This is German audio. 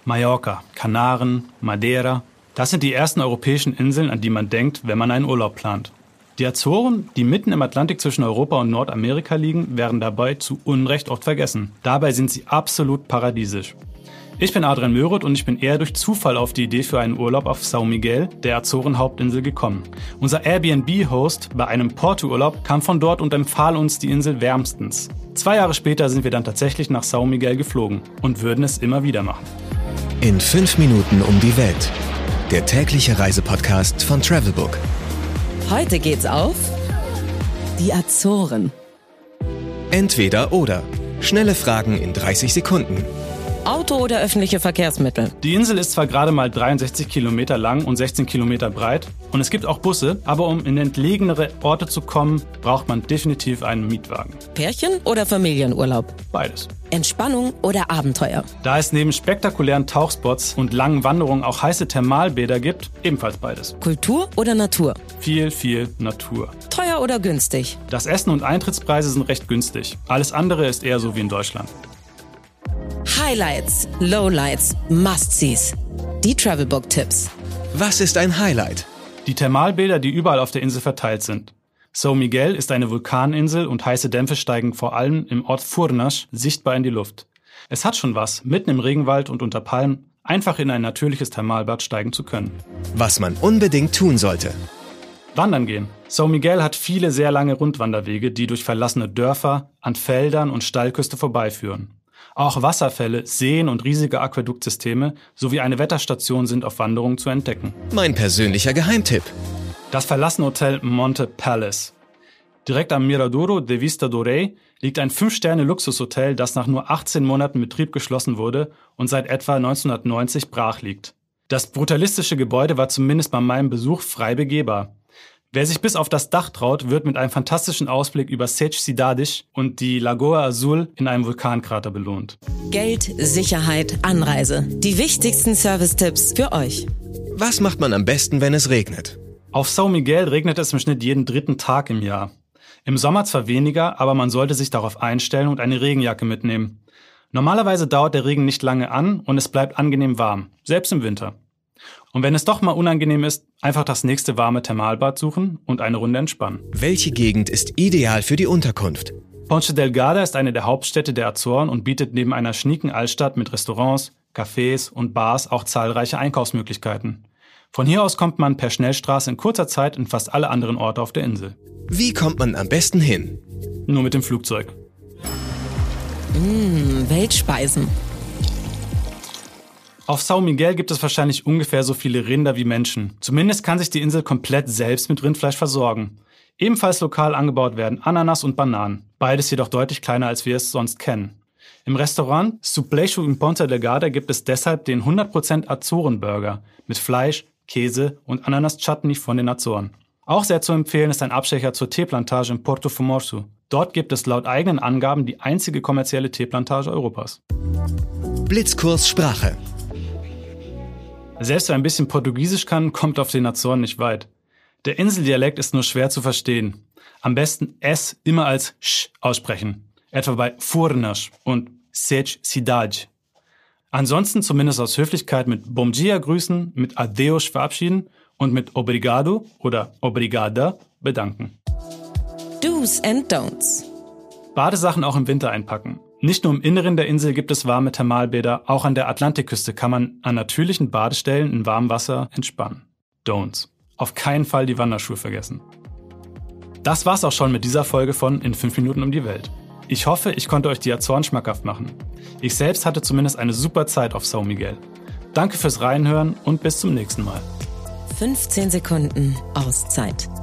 Mallorca, Kanaren, Madeira. Das sind die ersten europäischen Inseln, an die man denkt, wenn man einen Urlaub plant. Die Azoren, die mitten im Atlantik zwischen Europa und Nordamerika liegen, werden dabei zu Unrecht oft vergessen. Dabei sind sie absolut paradiesisch. Ich bin Adrian Möhroth und ich bin eher durch Zufall auf die Idee für einen Urlaub auf São Miguel, der Azoren-Hauptinsel, gekommen. Unser Airbnb-Host bei einem Porto-Urlaub kam von dort und empfahl uns die Insel wärmstens. 2 Jahre später sind wir dann tatsächlich nach São Miguel geflogen und würden es immer wieder machen. In 5 Minuten um die Welt. Der tägliche Reisepodcast von Travelbook. Heute geht's auf die Azoren. Entweder oder. Schnelle Fragen in 30 Sekunden. Auto oder öffentliche Verkehrsmittel? Die Insel ist zwar gerade mal 63 Kilometer lang und 16 Kilometer breit und es gibt auch Busse, aber um in entlegenere Orte zu kommen, braucht man definitiv einen Mietwagen. Pärchen oder Familienurlaub? Beides. Entspannung oder Abenteuer? Da es neben spektakulären Tauchspots und langen Wanderungen auch heiße Thermalbäder gibt, ebenfalls beides. Kultur oder Natur? Viel Natur. Teuer oder günstig? Das Essen und Eintrittspreise sind recht günstig. Alles andere ist eher so wie in Deutschland. Highlights, Lowlights, Must-Sees. Die Travelbook-Tipps. Was ist ein Highlight? Die Thermalbäder, die überall auf der Insel verteilt sind. São Miguel ist eine Vulkaninsel und heiße Dämpfe steigen vor allem im Ort Furnas sichtbar in die Luft. Es hat schon was, mitten im Regenwald und unter Palmen einfach in ein natürliches Thermalbad steigen zu können. Was man unbedingt tun sollte. Wandern gehen. São Miguel hat viele sehr lange Rundwanderwege, die durch verlassene Dörfer, an Feldern und Steilküste vorbeiführen. Auch Wasserfälle, Seen und riesige Aquäduktsysteme sowie eine Wetterstation sind auf Wanderungen zu entdecken. Mein persönlicher Geheimtipp. Das verlassene Hotel Monte Palace. Direkt am Miradouro de Vista do Rei liegt ein 5-Sterne-Luxushotel, das nach nur 18 Monaten Betrieb geschlossen wurde und seit etwa 1990 brach liegt. Das brutalistische Gebäude war zumindest bei meinem Besuch frei begehbar. Wer sich bis auf das Dach traut, wird mit einem fantastischen Ausblick über Sete Cidades und die Lagoa Azul in einem Vulkankrater belohnt. Geld, Sicherheit, Anreise. Die wichtigsten Service-Tipps für euch. Was macht man am besten, wenn es regnet? Auf São Miguel regnet es im Schnitt jeden 3. Tag im Jahr. Im Sommer zwar weniger, aber man sollte sich darauf einstellen und eine Regenjacke mitnehmen. Normalerweise dauert der Regen nicht lange an und es bleibt angenehm warm, selbst im Winter. Und wenn es doch mal unangenehm ist, einfach das nächste warme Thermalbad suchen und eine Runde entspannen. Welche Gegend ist ideal für die Unterkunft? Ponta Delgada ist eine der Hauptstädte der Azoren und bietet neben einer schnieken Altstadt mit Restaurants, Cafés und Bars auch zahlreiche Einkaufsmöglichkeiten. Von hier aus kommt man per Schnellstraße in kurzer Zeit in fast alle anderen Orte auf der Insel. Wie kommt man am besten hin? Nur mit dem Flugzeug. Weltspeisen. Auf São Miguel gibt es wahrscheinlich ungefähr so viele Rinder wie Menschen. Zumindest kann sich die Insel komplett selbst mit Rindfleisch versorgen. Ebenfalls lokal angebaut werden Ananas und Bananen. Beides jedoch deutlich kleiner, als wir es sonst kennen. Im Restaurant Supleixo in Ponta Delgada gibt es deshalb den 100% Azoren-Burger mit Fleisch, Käse und Ananas-Chutney von den Azoren. Auch sehr zu empfehlen ist ein Abstecher zur Teeplantage in Porto Formoso. Dort gibt es laut eigenen Angaben die einzige kommerzielle Teeplantage Europas. Blitzkurs Sprache. Selbst wer ein bisschen Portugiesisch kann, kommt auf den Azoren nicht weit. Der Inseldialekt ist nur schwer zu verstehen. Am besten S immer als Sch aussprechen. Etwa bei Furnas und Sete Cidades. Ansonsten zumindest aus Höflichkeit mit Bom dia grüßen, mit Adeus verabschieden und mit Obrigado oder Obrigada bedanken. Do's and Don'ts. Badesachen auch im Winter einpacken. Nicht nur im Inneren der Insel gibt es warme Thermalbäder, auch an der Atlantikküste kann man an natürlichen Badestellen in warmem Wasser entspannen. Don'ts. Auf keinen Fall die Wanderschuhe vergessen. Das war's auch schon mit dieser Folge von In 5 Minuten um die Welt. Ich hoffe, ich konnte euch die Azoren schmackhaft machen. Ich selbst hatte zumindest eine super Zeit auf São Miguel. Danke fürs Reinhören und bis zum nächsten Mal. 15 Sekunden Auszeit.